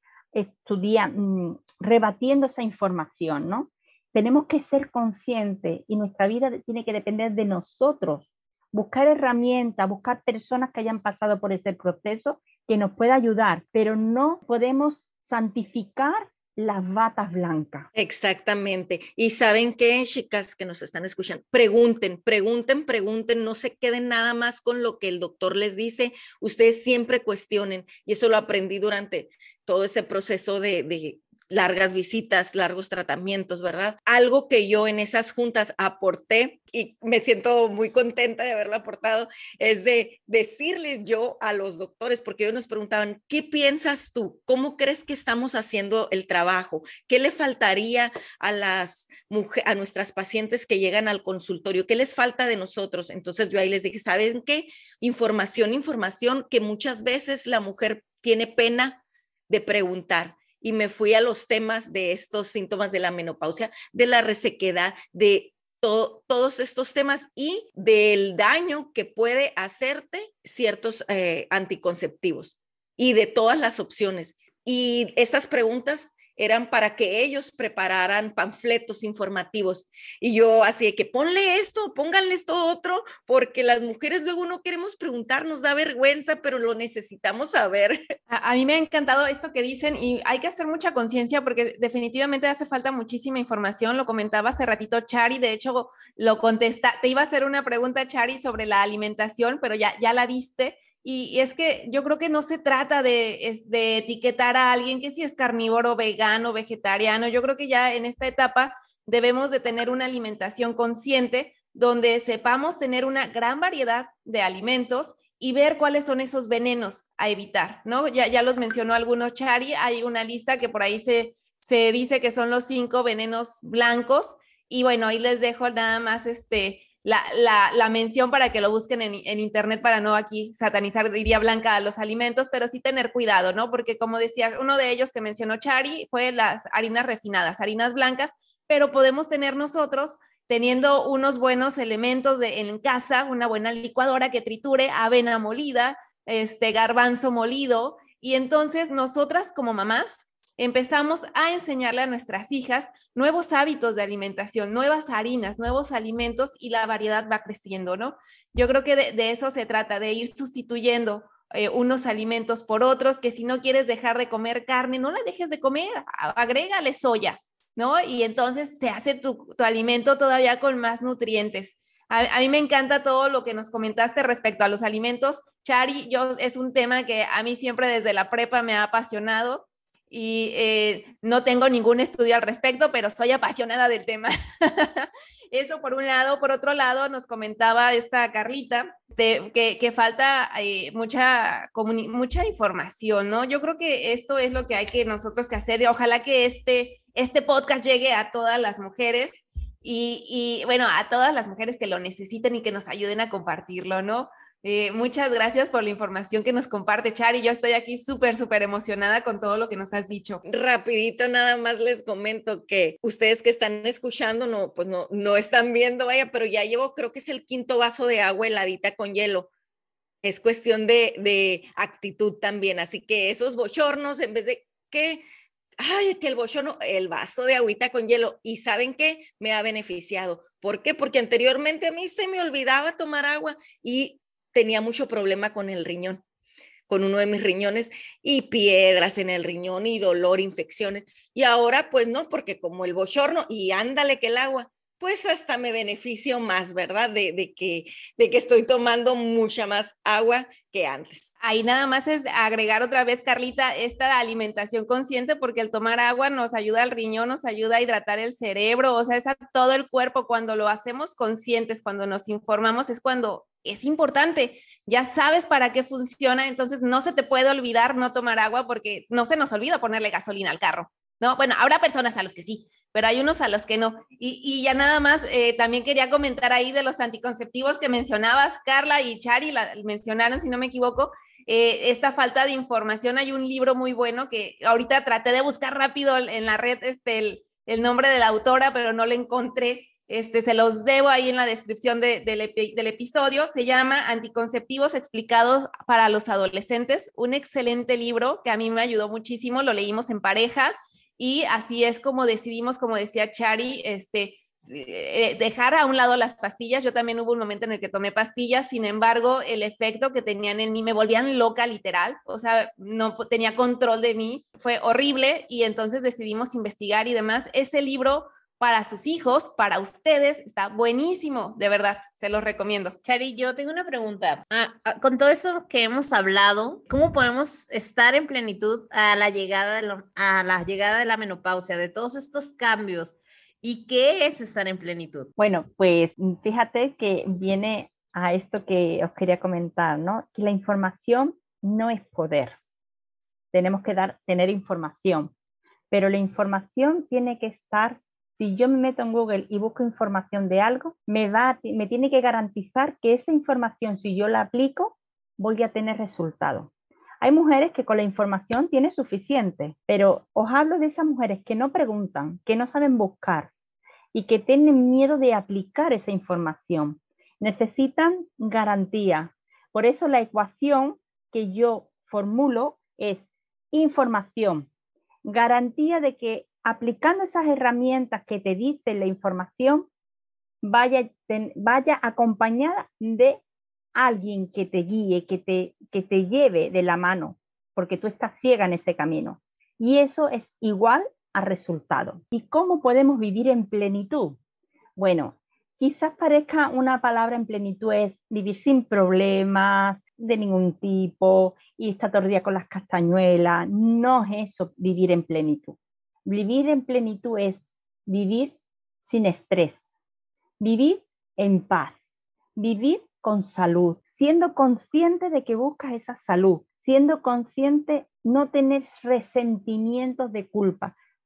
rebatiendo esa información, ¿no? Tenemos que ser conscientes y nuestra vida tiene que depender de nosotros. Buscar herramientas, buscar personas que hayan pasado por ese proceso que nos pueda ayudar, pero no podemos santificar las batas blancas. Exactamente. Y ¿saben qué, chicas que nos están escuchando? Pregunten, no se queden nada más con lo que el doctor les dice, ustedes siempre cuestionen, y eso lo aprendí durante todo ese proceso de largas visitas, largos tratamientos, ¿verdad? Algo que yo en esas juntas aporté y me siento muy contenta de haberlo aportado es de decirles yo a los doctores, porque ellos nos preguntaban, ¿qué piensas tú? ¿Cómo crees que estamos haciendo el trabajo? ¿Qué le faltaría a nuestras pacientes que llegan al consultorio? ¿Qué les falta de nosotros? Entonces yo ahí les dije, ¿saben qué? Información que muchas veces la mujer tiene pena de preguntar. Y me fui a los temas de estos síntomas de la menopausia, de la resequedad, de todos estos temas y del daño que puede hacerte ciertos anticonceptivos y de todas las opciones. Y estas preguntas eran para que ellos prepararan panfletos informativos. Y yo así de que ponle esto, pónganle esto otro, porque las mujeres luego no queremos preguntar, nos da vergüenza, pero lo necesitamos saber. A mí me ha encantado esto que dicen y hay que hacer mucha conciencia porque definitivamente hace falta muchísima información. Lo comentaba hace ratito Chari, de hecho te iba a hacer una pregunta, Chari, sobre la alimentación, pero ya la diste. Y es que yo creo que no se trata de etiquetar a alguien que si es carnívoro, vegano, vegetariano. Yo creo que ya en esta etapa debemos de tener una alimentación consciente donde sepamos tener una gran variedad de alimentos y ver cuáles son esos venenos a evitar, ¿no? Ya los mencionó algunos Chari, hay una lista que por ahí se se dice que son los 5 venenos blancos. Y bueno, ahí les dejo nada más la mención para que lo busquen en internet para no aquí satanizar, diría Blanca, a los alimentos, pero sí tener cuidado, ¿no? Porque como decía, uno de ellos que mencionó Chari fue las harinas refinadas, harinas blancas, pero podemos tener nosotros teniendo unos buenos elementos en casa, una buena licuadora que triture avena molida, garbanzo molido, y entonces nosotras como mamás empezamos a enseñarle a nuestras hijas nuevos hábitos de alimentación, nuevas harinas, nuevos alimentos, y la variedad va creciendo, ¿no? Yo creo que de eso se trata, de ir sustituyendo unos alimentos por otros, que si no quieres dejar de comer carne, no la dejes de comer, agrégale soya, ¿no? Y entonces se hace tu alimento todavía con más nutrientes. A mí me encanta todo lo que nos comentaste respecto a los alimentos. Chari, es un tema que a mí siempre desde la prepa me ha apasionado, y no tengo ningún estudio al respecto, pero soy apasionada del tema. Eso por un lado. Por otro lado, nos comentaba esta Carlita que falta mucha información, ¿no? Yo creo que esto es lo que hay que nosotros que hacer, y ojalá que este podcast llegue a todas las mujeres y bueno, a todas las mujeres que lo necesiten y que nos ayuden a compartirlo, ¿no? Muchas gracias por la información que nos comparte, Chari. Yo estoy aquí súper emocionada con todo lo que nos has dicho. Rapidito, nada más les comento que ustedes que están escuchando, no están viendo, vaya, pero ya llevo, creo que es el 5º vaso de agua heladita con hielo. Es cuestión de actitud también, así que esos bochornos, en vez de que el bochorno, el vaso de agüita con hielo. ¿Y saben qué? Me ha beneficiado. ¿Por qué? Porque anteriormente a mí se me olvidaba tomar agua y tenía mucho problema con el riñón, con uno de mis riñones, y piedras en el riñón y dolor, infecciones. Y ahora pues no, porque como el bochorno y ándale que el agua, pues hasta me beneficio más, ¿verdad? De que estoy tomando mucha más agua que antes. Ahí nada más es agregar otra vez, Carlita, esta alimentación consciente, porque el tomar agua nos ayuda al riñón, nos ayuda a hidratar el cerebro, o sea, es a todo el cuerpo. Cuando lo hacemos conscientes, cuando nos informamos, es cuando es importante. Ya sabes para qué funciona, entonces no se te puede olvidar no tomar agua, porque no se nos olvida ponerle gasolina al carro, ¿no? Bueno, habrá personas a los que sí, pero hay unos a los que no. Y ya nada más, también quería comentar ahí de los anticonceptivos que mencionabas, Carla y Chari mencionaron, si no me equivoco, esta falta de información. Hay un libro muy bueno que ahorita traté de buscar rápido en la red el nombre de la autora, pero no lo encontré. Se los debo ahí en la descripción del episodio. Se llama Anticonceptivos explicados para los adolescentes, un excelente libro que a mí me ayudó muchísimo. Lo leímos en pareja y así es como decidimos, como decía Chari, dejar a un lado las pastillas. Yo también hubo un momento en el que tomé pastillas, sin embargo, el efecto que tenían en mí me volvían loca, literal, o sea, no tenía control de mí, fue horrible, y entonces decidimos investigar y demás. Ese libro para sus hijos, para ustedes, está buenísimo, de verdad, se los recomiendo. Chari, yo tengo una pregunta. Con todo eso que hemos hablado, ¿cómo podemos estar en plenitud a la llegada de la menopausia, de todos estos cambios? ¿Y qué es estar en plenitud? Bueno, pues fíjate que viene a esto que os quería comentar, ¿no? Que la información no es poder. Tenemos que tener información, pero la información tiene que estar. Si yo me meto en Google y busco información de algo, me tiene que garantizar que esa información, si yo la aplico, voy a tener resultados. Hay mujeres que con la información tienen suficiente, pero os hablo de esas mujeres que no preguntan, que no saben buscar y que tienen miedo de aplicar esa información. Necesitan garantía. Por eso la ecuación que yo formulo es información, garantía de que aplicando esas herramientas que te dice la información, vaya acompañada de alguien que te guíe, que te lleve de la mano, porque tú estás ciega en ese camino. Y eso es igual a resultado. ¿Y cómo podemos vivir en plenitud? Bueno, quizás parezca una palabra en plenitud es vivir sin problemas de ningún tipo y estar todo el día con las castañuelas. No es eso vivir en plenitud. Vivir en plenitud es vivir sin estrés, vivir en paz, vivir con salud, siendo consciente de que buscas esa salud, siendo consciente no tener resentimientos de culpa.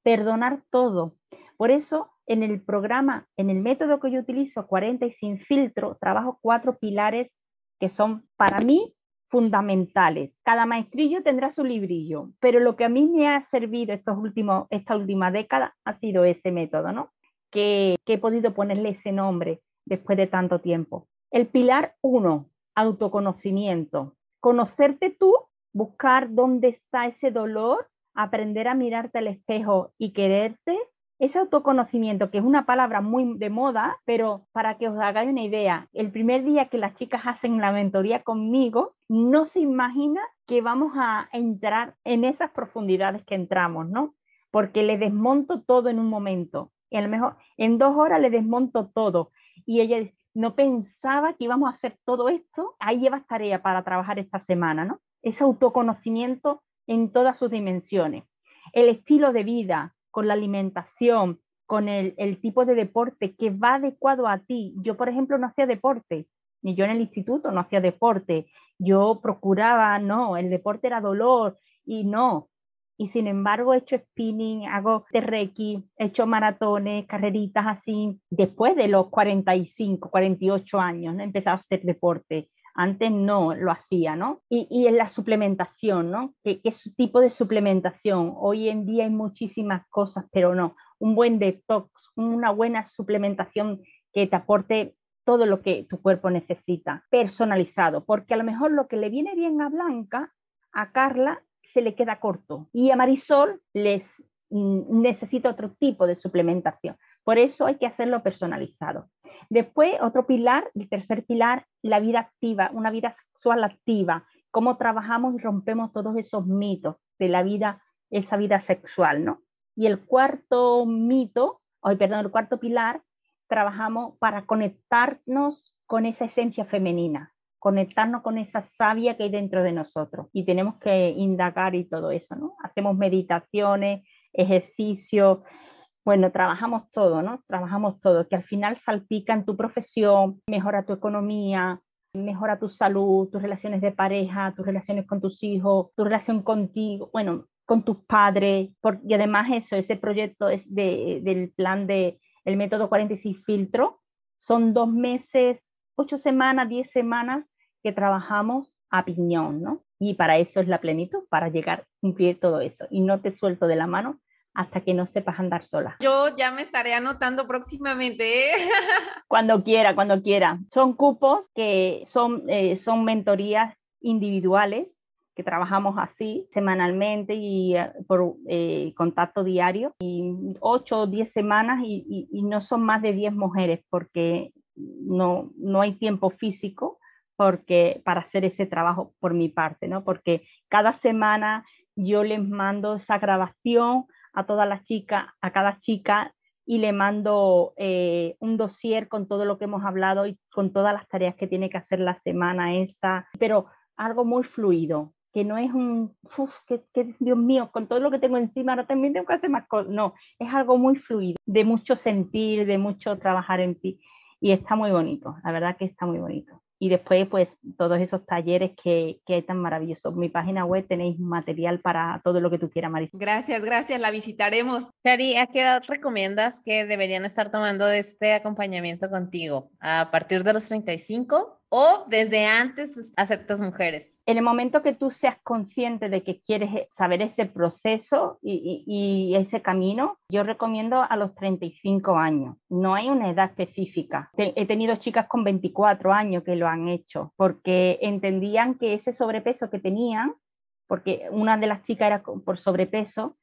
perdonar todo. Por eso, en el programa, en el método que yo utilizo, 40 y sin filtro, trabajo 4 pilares que son para mí fundamentales. Cada maestrillo tendrá su librillo, pero lo que a mí me ha servido esta última década ha sido ese método, ¿no? Que he podido ponerle ese nombre después de tanto tiempo. El pilar 1, autoconocimiento. Conocerte tú, buscar dónde está ese dolor, aprender a mirarte al espejo y quererte. Ese autoconocimiento, que es una palabra muy de moda, pero para que os hagáis una idea, el primer día que las chicas hacen la mentoría conmigo, no se imagina que vamos a entrar en esas profundidades que entramos, ¿no? Porque le desmonto todo en un momento. Y a lo mejor en 2 horas le desmonto todo. Y ella no pensaba que íbamos a hacer todo esto. Ahí llevas tarea para trabajar esta semana, ¿no? Ese autoconocimiento en todas sus dimensiones. El estilo de vida, con la alimentación, con el tipo de deporte que va adecuado a ti. Yo, por ejemplo, no hacía deporte, ni yo en el instituto no hacía deporte. Yo procuraba, no, el deporte era dolor y no. Y sin embargo he hecho spinning, hago reiki, he hecho maratones, carreritas así. Después de los 45, 48 años, ¿no? He empezado a hacer deporte. Antes no lo hacía, ¿no? Y en la suplementación, ¿no? ¿Qué tipo de suplementación? Hoy en día hay muchísimas cosas, pero no. Un buen detox, una buena suplementación que te aporte todo lo que tu cuerpo necesita, personalizado, porque a lo mejor lo que le viene bien a Blanca, a Carla, se le queda corto y a Marisol necesita otro tipo de suplementación. Por eso hay que hacerlo personalizado. Después, otro pilar, el tercer pilar, la vida activa, una vida sexual activa. Cómo trabajamos y rompemos todos esos mitos de la vida, esa vida sexual, ¿no? Y el cuarto el cuarto pilar, trabajamos para conectarnos con esa esencia femenina, conectarnos con esa savia que hay dentro de nosotros. Y tenemos que indagar y todo eso, ¿no? Hacemos meditaciones, ejercicios. Bueno, trabajamos todo, ¿no? Trabajamos todo, que al final salpica en tu profesión, mejora tu economía, mejora tu salud, tus relaciones de pareja, tus relaciones con tus hijos, tu relación contigo, bueno, con tus padres, y además ese proyecto es del plan de el método 46 filtro, son 2 meses, 8 semanas, 10 semanas que trabajamos a piñón, ¿no? Y para eso es la plenitud, para llegar a cumplir todo eso. Y no te suelto de la mano hasta que no sepas andar sola. Yo ya me estaré anotando próximamente, ¿eh? Cuando quiera, cuando quiera. Son cupos que son mentorías individuales que trabajamos así semanalmente y por contacto diario, y 8 o 10 semanas y no son más de 10 mujeres porque no hay tiempo físico para hacer ese trabajo por mi parte, ¿no? Porque cada semana yo les mando esa grabación a todas las chicas, a cada chica, y le mando un dossier con todo lo que hemos hablado y con todas las tareas que tiene que hacer la semana esa, pero algo muy fluido, que no es que Dios mío, con todo lo que tengo encima, ahora también tengo que hacer más cosas. No, es algo muy fluido, de mucho sentir, de mucho trabajar en ti, y está muy bonito, la verdad que está muy bonito. Y después, pues, todos esos talleres que hay tan maravillosos. En mi página web tenéis material para todo lo que tú quieras, Marisol. Gracias, la visitaremos. Cari, ¿a qué edad recomiendas que deberían estar tomando este acompañamiento contigo? ¿A partir de los 35 o desde antes aceptas mujeres? En el momento que tú seas consciente de que quieres saber ese proceso y ese camino, yo recomiendo a los 35 años. No hay una edad específica. He tenido chicas con 24 años que lo han hecho porque entendían que ese sobrepeso que tenían, porque una de las chicas era por sobrepeso,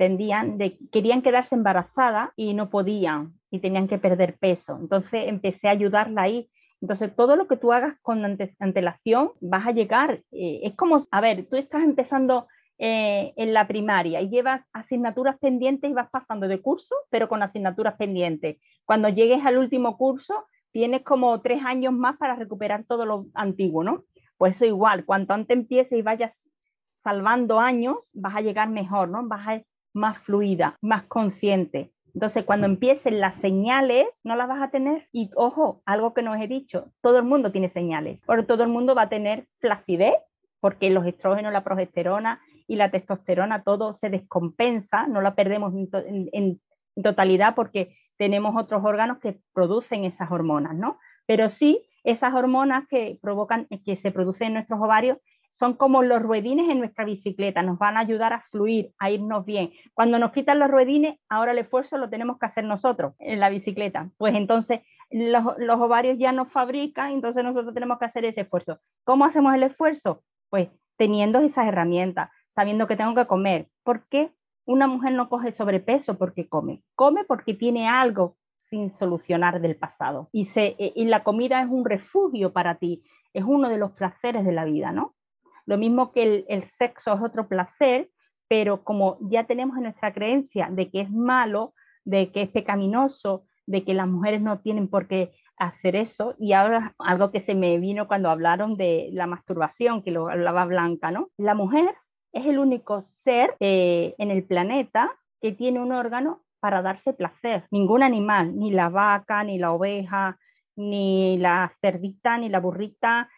querían quedarse embarazadas y no podían y tenían que perder peso. Entonces empecé a ayudarla ahí. Entonces, todo lo que tú hagas con antelación, vas a llegar. Es como, a ver, tú estás empezando en la primaria y llevas asignaturas pendientes y vas pasando de curso, pero con asignaturas pendientes. Cuando llegues al último curso, tienes como 3 años más para recuperar todo lo antiguo, ¿no? Pues eso igual, cuanto antes empieces y vayas salvando años, vas a llegar mejor, ¿no? Vas a ir más fluida, más consciente. Entonces, cuando empiecen las señales, no las vas a tener. Y ojo, algo que no os he dicho, todo el mundo tiene señales, porque todo el mundo va a tener flacidez, porque los estrógenos, la progesterona y la testosterona, todo se descompensa, no la perdemos en totalidad porque tenemos otros órganos que producen esas hormonas, ¿no? Pero sí, esas hormonas que se producen en nuestros ovarios son como los ruedines en nuestra bicicleta, nos van a ayudar a fluir, a irnos bien. Cuando nos quitan los ruedines, ahora el esfuerzo lo tenemos que hacer nosotros en la bicicleta. Pues entonces los ovarios ya nos fabrican, entonces nosotros tenemos que hacer ese esfuerzo. ¿Cómo hacemos el esfuerzo? Pues teniendo esas herramientas, sabiendo que tengo que comer. ¿Por qué una mujer no coge sobrepeso? Porque come. Come porque tiene algo sin solucionar del pasado. Y la comida es un refugio para ti, es uno de los placeres de la vida, ¿no? Lo mismo que el sexo es otro placer, pero como ya tenemos en nuestra creencia de que es malo, de que es pecaminoso, de que las mujeres no tienen por qué hacer eso, y ahora algo que se me vino cuando hablaron de la masturbación, que lo hablaba Blanca, ¿no? La mujer es el único ser en el planeta que tiene un órgano para darse placer. Ningún animal, ni la vaca, ni la oveja, ni la cerdita, ni la burrita,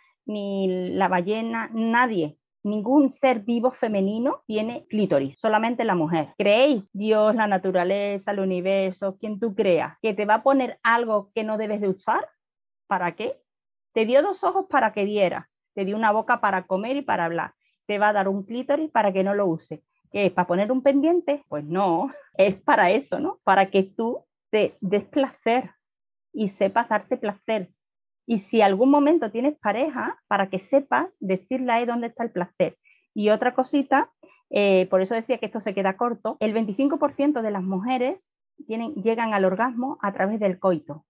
ni la ballena, nadie, ningún ser vivo femenino tiene clítoris, solamente la mujer. ¿Creéis Dios, la naturaleza, el universo, quien tú creas, que te va a poner algo que no debes de usar? ¿Para qué? Te dio 2 ojos para que vieras, te dio una boca para comer y para hablar, te va a dar un clítoris para que no lo uses. ¿Qué es? ¿Para poner un pendiente? Pues no, es para eso, ¿no? Para que tú te des placer y sepas darte placer. Y si algún momento tienes pareja, para que sepas decirle ahí dónde está el placer. Y otra cosita, por eso decía que esto se queda corto, el 25% de las mujeres llegan al orgasmo a través del coito.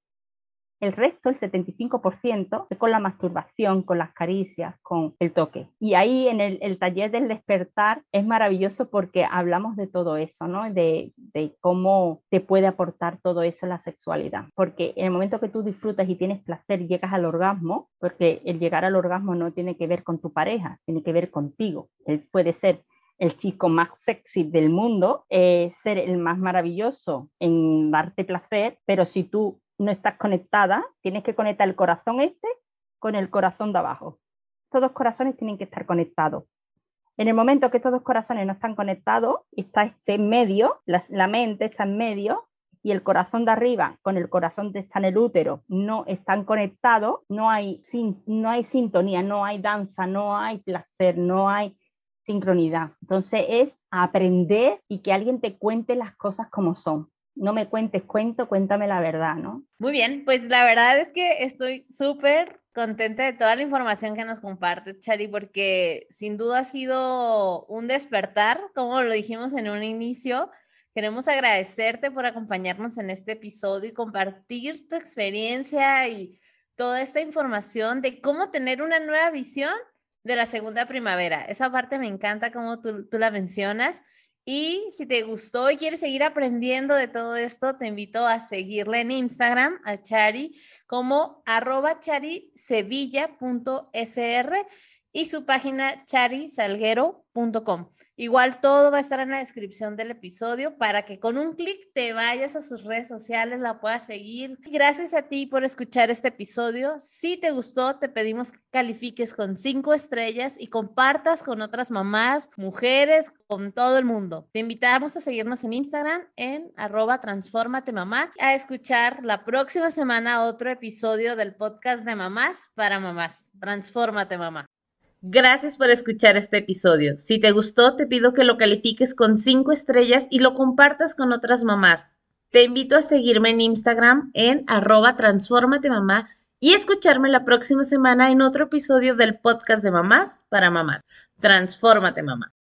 El resto, el 75%, es con la masturbación, con las caricias, con el toque. Y ahí en el taller del despertar es maravilloso porque hablamos de todo eso, ¿no? De cómo te puede aportar todo eso la sexualidad. Porque en el momento que tú disfrutas y tienes placer y llegas al orgasmo, porque el llegar al orgasmo no tiene que ver con tu pareja, tiene que ver contigo. Él puede ser el chico más sexy del mundo, ser el más maravilloso en darte placer, pero si tú no estás conectada, tienes que conectar el corazón con el corazón de abajo. Todos los corazones tienen que estar conectados. En el momento que todos los corazones no están conectados, está en medio, la mente está en medio, y el corazón de arriba con el corazón que está en el útero no están conectados, no hay sintonía, no hay danza, no hay placer, no hay sincronidad. Entonces es aprender y que alguien te cuente las cosas como son. No me cuentes cuento, cuéntame la verdad, ¿no? Muy bien, pues la verdad es que estoy súper contenta de toda la información que nos comparte, Chari, porque sin duda ha sido un despertar, como lo dijimos en un inicio. Queremos agradecerte por acompañarnos en este episodio y compartir tu experiencia y toda esta información de cómo tener una nueva visión de la segunda primavera. Esa parte me encanta como tú la mencionas. Y si te gustó y quieres seguir aprendiendo de todo esto, te invito a seguirla en Instagram, a Chari, como @charisevilla.sr y su página charisalguero.com. Igual todo va a estar en la descripción del episodio para que con un clic te vayas a sus redes sociales, la puedas seguir. Gracias a ti por escuchar este episodio. Si te gustó, te pedimos que califiques con 5 estrellas y compartas con otras mamás, mujeres, con todo el mundo. Te invitamos a seguirnos en Instagram en @transformatemamá, a escuchar la próxima semana otro episodio del podcast de Mamás para Mamás. Transfórmate, mamá. Gracias por escuchar este episodio. Si te gustó, te pido que lo califiques con 5 estrellas y lo compartas con otras mamás. Te invito a seguirme en Instagram en @transformatemamá y escucharme la próxima semana en otro episodio del podcast de Mamás para Mamás. Transfórmate, mamá.